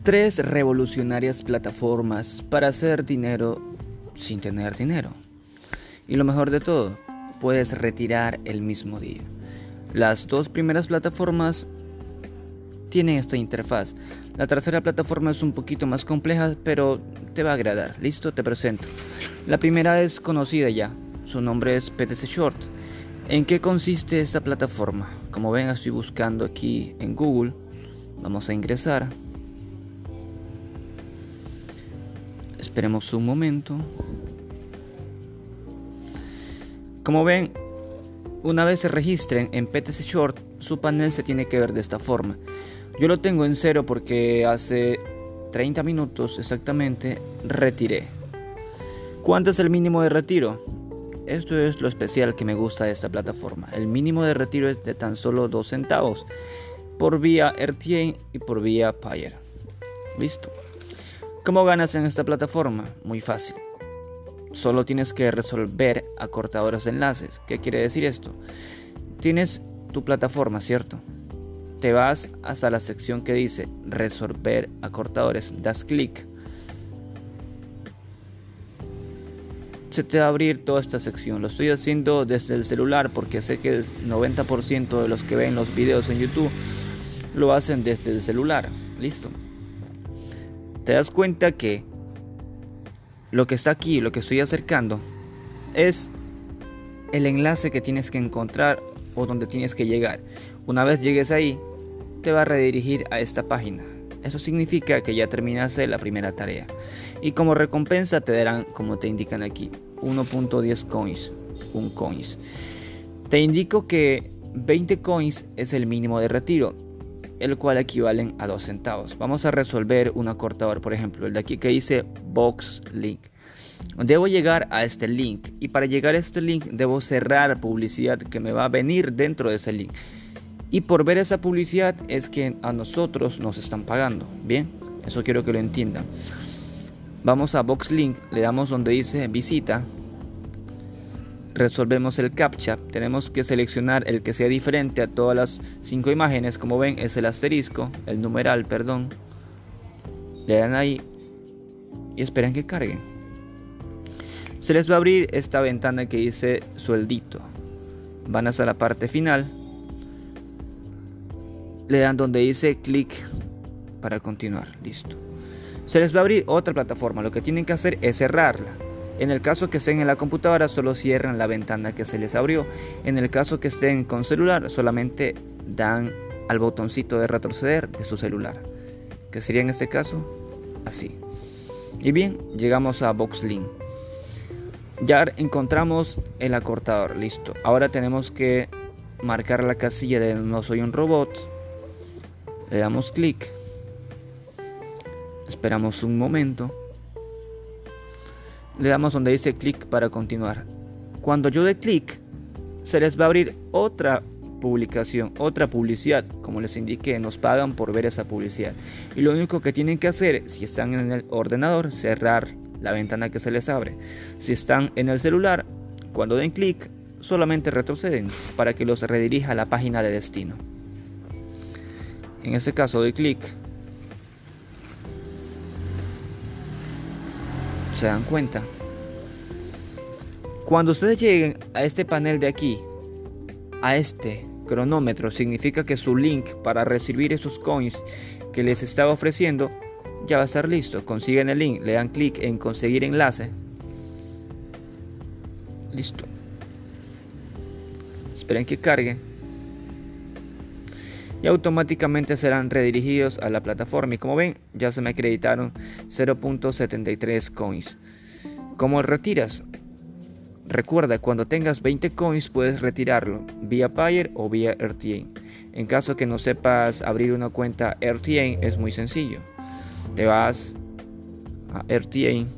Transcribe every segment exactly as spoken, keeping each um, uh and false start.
Tres revolucionarias plataformas para hacer dinero sin tener dinero. Y lo mejor de todo, puedes retirar el mismo día. Las dos primeras plataformas tienen esta interfaz. La tercera plataforma es un poquito más compleja, pero te va a agradar. Listo, te presento. La primera es conocida ya. Su nombre es P T C Short. ¿En qué consiste esta plataforma? Como ven, estoy buscando aquí en Google. Vamos a ingresar. Esperemos un momento. Como ven, una vez se registren en P T C Short, su panel se tiene que ver de esta forma. Yo lo tengo en cero porque hace treinta minutos exactamente retiré. ¿Cuánto es el mínimo de retiro? Esto es lo especial que me gusta de esta plataforma. El mínimo de retiro es de tan solo dos centavos por vía R T A y por vía Payer. Listo. ¿Cómo ganas en esta plataforma? Muy fácil. Solo tienes que resolver acortadores de enlaces. ¿Qué quiere decir esto? Tienes tu plataforma, ¿cierto? Te vas hasta la sección que dice resolver acortadores. Das clic. Se te va a abrir toda esta sección. Lo estoy haciendo desde el celular porque sé que el noventa por ciento de los que ven los videos en YouTube lo hacen desde el celular. Listo. Te das cuenta que lo que está aquí, lo que estoy acercando, es el enlace que tienes que encontrar o donde tienes que llegar. Una vez llegues ahí, te va a redirigir a esta página. Eso significa que ya terminaste la primera tarea. Y como recompensa te darán, como te indican aquí, uno punto diez coins, un coins. Te indico que veinte coins es el mínimo de retiro, el cual equivalen a dos centavos. Vamos a resolver un acortador, por ejemplo, el de aquí que dice Box Link. Debo llegar a este link y para llegar a este link debo cerrar publicidad que me va a venir dentro de ese link. Y por ver esa publicidad es que a nosotros nos están pagando. Bien, eso quiero que lo entiendan. Vamos a Box Link, le damos donde dice visita. Resolvemos el captcha, tenemos que seleccionar el que sea diferente a todas las cinco imágenes. Como ven, es el asterisco, el numeral, perdón. Le dan ahí y esperan que carguen. Se les va a abrir esta ventana que dice sueldito. Van hasta la parte final. Le dan donde dice clic para continuar. Listo. Se les va a abrir otra plataforma. Lo que tienen que hacer es cerrarla. En el caso que estén en la computadora, solo cierran la ventana que se les abrió. En el caso que estén con celular, solamente dan al botoncito de retroceder de su celular, que sería en este caso así. Y bien, llegamos a BoxLink. Ya encontramos el acortador, listo. Ahora tenemos que marcar la casilla de no soy un robot. Le damos clic. Esperamos un momento. Le damos donde dice clic para continuar. Cuando yo dé clic, se les va a abrir otra publicación, otra publicidad. Como les indiqué, nos pagan por ver esa publicidad. Y lo único que tienen que hacer, si están en el ordenador, cerrar la ventana que se les abre. Si están en el celular, cuando den clic, solamente retroceden para que los redirija a la página de destino. En este caso doy clic. ¿Se dan cuenta? Cuando ustedes lleguen a este panel de aquí, a este cronómetro, significa que su link para recibir esos coins que les estaba ofreciendo ya va a estar listo. Consiguen el link, le dan clic en conseguir enlace. Listo. Esperen que cargue. Y automáticamente serán redirigidos a la plataforma. Y como ven, ya se me acreditaron cero punto setenta y tres coins. ¿Cómo retiras? Recuerda, cuando tengas veinte coins puedes retirarlo vía Payer o vía R T A. En caso que no sepas abrir una cuenta R T A, es muy sencillo. Te vas a R T A.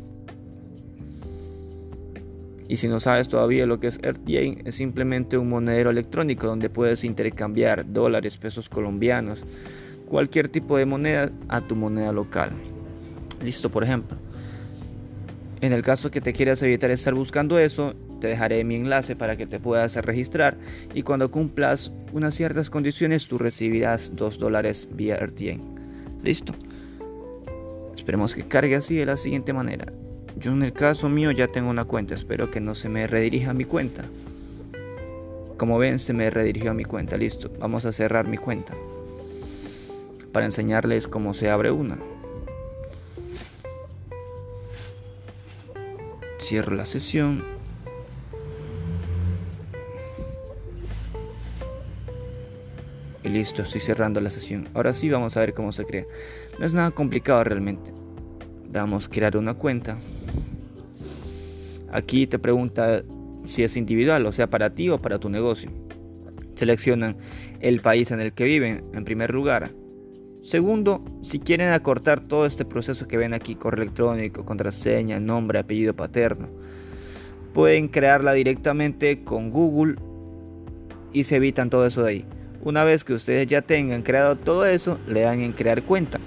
Y si no sabes todavía lo que es R T A, es simplemente un monedero electrónico donde puedes intercambiar dólares, pesos colombianos, cualquier tipo de moneda a tu moneda local. Listo, por ejemplo. En el caso que te quieras evitar estar buscando eso, te dejaré mi enlace para que te puedas registrar y cuando cumplas unas ciertas condiciones tú recibirás dos dólares vía R T A. Listo. Esperemos que cargue así de la siguiente manera. Yo en el caso mío ya tengo una cuenta, espero que no se me redirija a mi cuenta. Como ven, se me redirigió a mi cuenta, listo. Vamos a cerrar mi cuenta para enseñarles cómo se abre una. Cierro la sesión. Y listo, estoy cerrando la sesión. Ahora sí vamos a ver cómo se crea. No es nada complicado realmente. Vamos a crear una cuenta. Aquí te pregunta si es individual, o sea, para ti o para tu negocio. Seleccionan el país en el que viven, en primer lugar. Segundo, si quieren acortar todo este proceso que ven aquí, correo electrónico, contraseña, nombre, apellido paterno, pueden crearla directamente con Google y se evitan todo eso de ahí. Una vez que ustedes ya tengan creado todo eso, le dan en crear cuenta.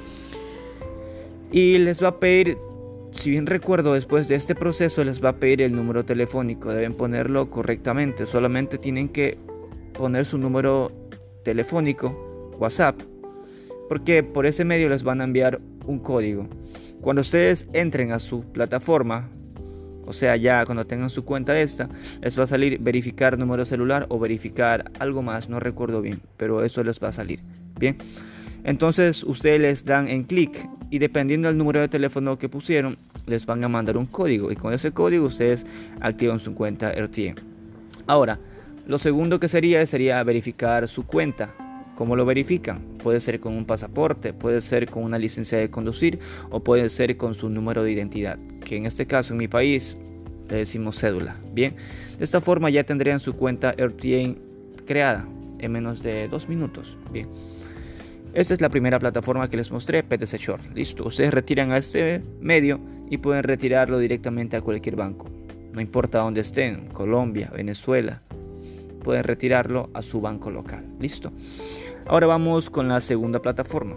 Y les va a pedir, si bien recuerdo, después de este proceso les va a pedir el número telefónico. Deben ponerlo correctamente. Solamente tienen que poner su número telefónico, WhatsApp, porque por ese medio les van a enviar un código. Cuando ustedes entren a su plataforma, o sea, ya cuando tengan su cuenta esta, les va a salir verificar número celular o verificar algo más, no recuerdo bien, pero eso les va a salir. Bien, entonces ustedes les dan en clic y dependiendo del número de teléfono que pusieron, les van a mandar un código y con ese código ustedes activan su cuenta R T A. Ahora, lo segundo que sería sería verificar su cuenta. ¿Cómo lo verifican? Puede ser con un pasaporte, puede ser con una licencia de conducir o puede ser con su número de identidad, que en este caso en mi país le decimos cédula. Bien, de esta forma ya tendrían su cuenta R T A creada en menos de dos minutos. Bien, esta es la primera plataforma que les mostré, P T C Short. Listo, ustedes retiran a este medio y pueden retirarlo directamente a cualquier banco. No importa dónde estén, Colombia, Venezuela, pueden retirarlo a su banco local. Listo. Ahora vamos con la segunda plataforma.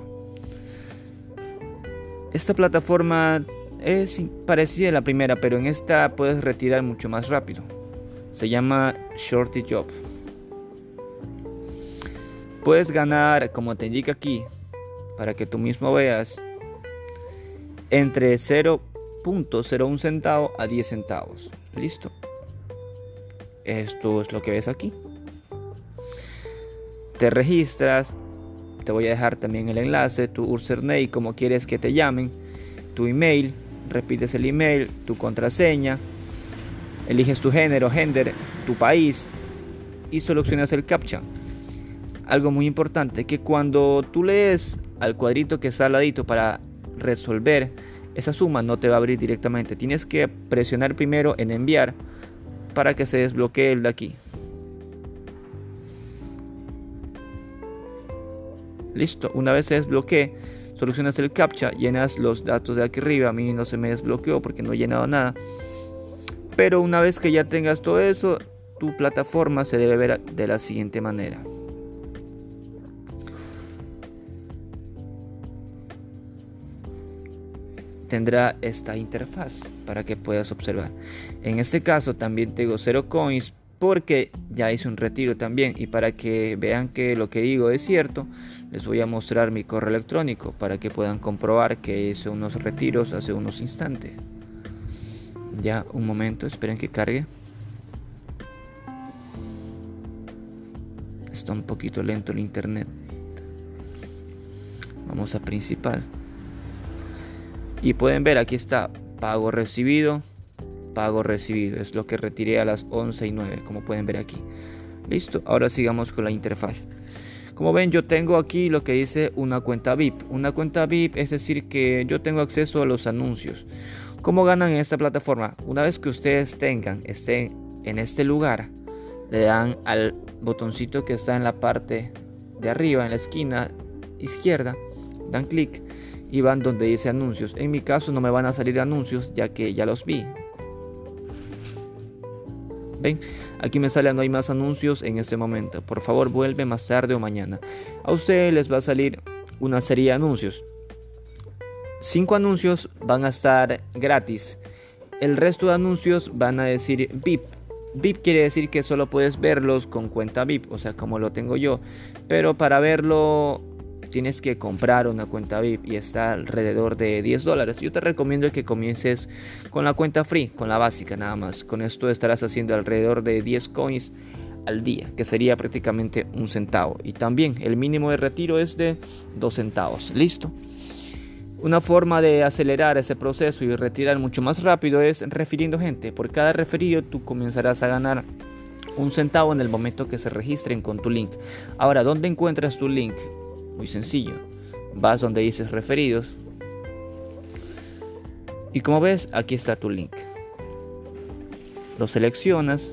Esta plataforma es parecida a la primera, pero en esta puedes retirar mucho más rápido. Se llama Shorty Job. Puedes ganar, como te indica aquí, para que tú mismo veas, entre cero punto cero uno centavo a diez centavos. Listo. Esto es lo que ves aquí. Te registras, te voy a dejar también el enlace, tu username, como quieres que te llamen, tu email, repites el email, tu contraseña, eliges tu género, gender, tu país y seleccionas el captcha. Algo muy importante, que cuando tú lees al cuadrito que está al ladito para resolver esa suma, no te va a abrir directamente. Tienes que presionar primero en enviar para que se desbloquee el de aquí. Listo, una vez se desbloquee, solucionas el captcha, llenas los datos de aquí arriba. A mí no se me desbloqueó porque no he llenado nada. Pero una vez que ya tengas todo eso, tu plataforma se debe ver de la siguiente manera. Tendrá esta interfaz para que puedas observar. En este caso también tengo cero coins porque ya hice un retiro también, y para que vean que lo que digo es cierto, les voy a mostrar mi correo electrónico para que puedan comprobar que hice unos retiros hace unos instantes. Ya, un momento, esperen que cargue. Está un poquito lento el internet. Vamos a principal. Y pueden ver, aquí está, pago recibido, pago recibido. Es lo que retiré a las once y nueve, como pueden ver aquí. Listo, ahora sigamos con la interfaz. Como ven, yo tengo aquí lo que dice una cuenta V I P. Una cuenta V I P es decir que yo tengo acceso a los anuncios. ¿Cómo ganan en esta plataforma? Una vez que ustedes tengan, estén en este lugar, le dan al botoncito que está en la parte de arriba, en la esquina izquierda, dan clic y van donde dice anuncios. En mi caso no me van a salir anuncios ya que ya los vi. ¿Ven? Aquí me sale no hay más anuncios en este momento. Por favor vuelve más tarde o mañana. A ustedes les va a salir una serie de anuncios. Cinco anuncios van a estar gratis. El resto de anuncios van a decir V I P. V I P quiere decir que solo puedes verlos con cuenta V I P, o sea como lo tengo yo. Pero para verlo tienes que comprar una cuenta V I P y está alrededor de diez dólares. Yo te recomiendo que comiences con la cuenta free, con la básica nada más. Con esto estarás haciendo alrededor de diez coins al día, que sería prácticamente un centavo. Y también el mínimo de retiro es de dos centavos. Listo. Una forma de acelerar ese proceso y retirar mucho más rápido es refiriendo gente. Por cada referido tú comenzarás a ganar un centavo en el momento que se registren con tu link. Ahora, ¿dónde encuentras tu link? Muy sencillo. Vas donde dices referidos. Y como ves, aquí está tu link. Lo seleccionas.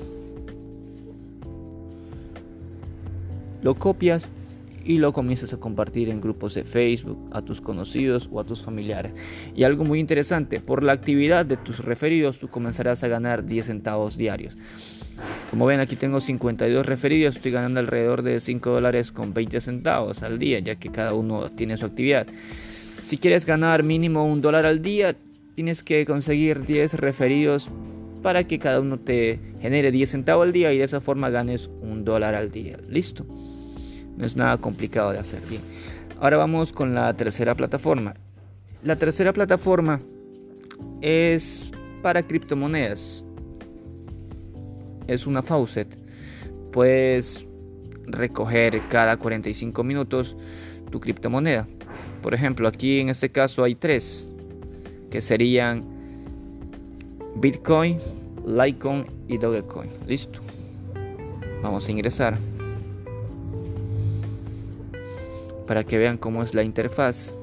Lo copias y lo comienzas a compartir en grupos de Facebook, a tus conocidos o a tus familiares. Y algo muy interesante, por la actividad de tus referidos tú comenzarás a ganar diez centavos diarios. Como ven, aquí tengo cincuenta y dos referidos, estoy ganando alrededor de cinco dólares con veinte centavos al día, ya que cada uno tiene su actividad. Si quieres ganar mínimo un dólar al día, tienes que conseguir diez referidos para que cada uno te genere diez centavos al día y de esa forma ganes un dólar al día. Listo. No es nada complicado de hacer. Bien. Ahora vamos con la tercera plataforma. La tercera plataforma es para criptomonedas. Es una faucet. Puedes recoger cada cuarenta y cinco minutos tu criptomoneda. Por ejemplo, aquí en este caso hay tres, que serían Bitcoin, Litecoin y Dogecoin. Listo. Vamos a ingresar para que vean cómo es la interfaz.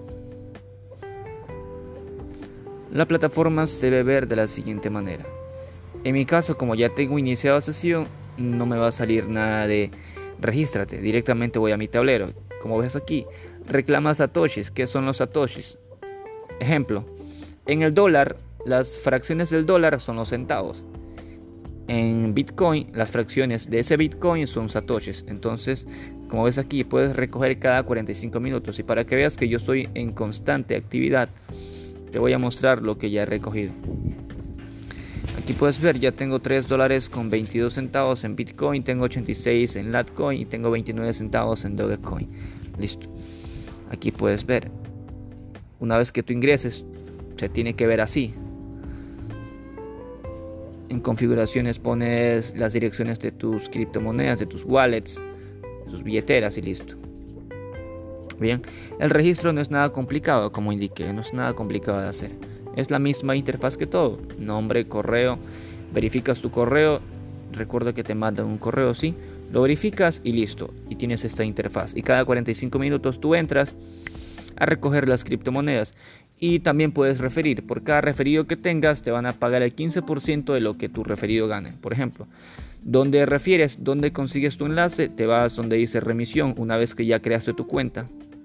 La plataforma se debe ver de la siguiente manera. En mi caso, como ya tengo iniciado sesión, no me va a salir nada de regístrate. Directamente voy a mi tablero. Como ves aquí, reclama satoshis. ¿Qué son los satoshis? Ejemplo, en el dólar, las fracciones del dólar son los centavos. En Bitcoin, las fracciones de ese Bitcoin son satoshis. Entonces, como ves aquí, puedes recoger cada cuarenta y cinco minutos. Y para que veas que yo estoy en constante actividad, te voy a mostrar lo que ya he recogido. Aquí puedes ver, ya tengo tres dólares con veintidós centavos en Bitcoin, tengo ochenta y seis en Litecoin y tengo veintinueve centavos en Dogecoin. Listo. Aquí puedes ver. Una vez que tú ingreses, se tiene que ver así. En configuraciones pones las direcciones de tus criptomonedas, de tus wallets, de tus billeteras y listo. Bien, el registro no es nada complicado, como indiqué, no es nada complicado de hacer. Es la misma interfaz que todo, nombre, correo, verificas tu correo, recuerda que te mandan un correo, sí, lo verificas y listo, y tienes esta interfaz. Y cada cuarenta y cinco minutos tú entras a recoger las criptomonedas. Y también puedes referir. Por cada referido que tengas te van a pagar el quince por ciento de lo que tu referido gane. Por ejemplo, donde refieres, donde consigues tu enlace, te vas donde dice remisión. Una vez que ya creaste tu cuenta,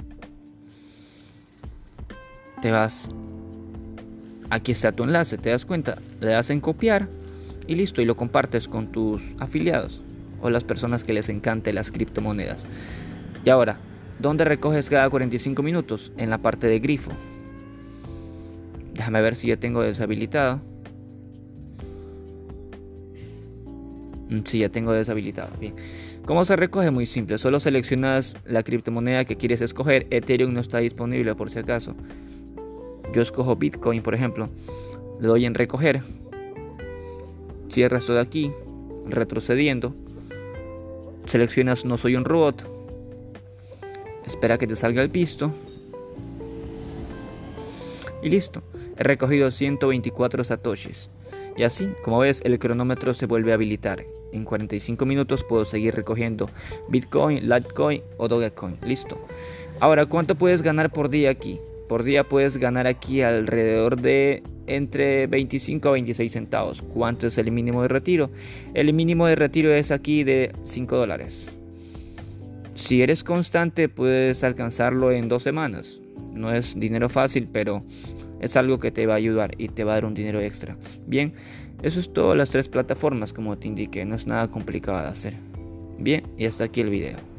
te vas, aquí está tu enlace, te das cuenta, le das en copiar y listo, y lo compartes con tus afiliados o las personas que les encante las criptomonedas. Y ahora, ¿dónde recoges cada cuarenta y cinco minutos? En la parte de grifo. Déjame ver si ya tengo deshabilitado. Sí, ya tengo deshabilitado. Bien. ¿Cómo se recoge? Muy simple. Solo seleccionas la criptomoneda que quieres escoger. Ethereum no está disponible por si acaso. Yo escojo Bitcoin, por ejemplo. Le doy en recoger. Cierras todo aquí. Retrocediendo. Seleccionas no soy un robot. Espera que te salga el pisto. Y listo. He recogido ciento veinticuatro satoshis. Y así, como ves, el cronómetro se vuelve a habilitar. En cuarenta y cinco minutos puedo seguir recogiendo Bitcoin, Litecoin o Dogecoin. Listo. Ahora, ¿cuánto puedes ganar por día aquí? Por día puedes ganar aquí alrededor de entre veinticinco a veintiséis centavos. ¿Cuánto es el mínimo de retiro? El mínimo de retiro es aquí de cinco dólares. Si eres constante, puedes alcanzarlo en dos semanas. No es dinero fácil, pero es algo que te va a ayudar y te va a dar un dinero extra. Bien, eso es todo, las tres plataformas como te indiqué, no es nada complicado de hacer. Bien, y hasta aquí el video.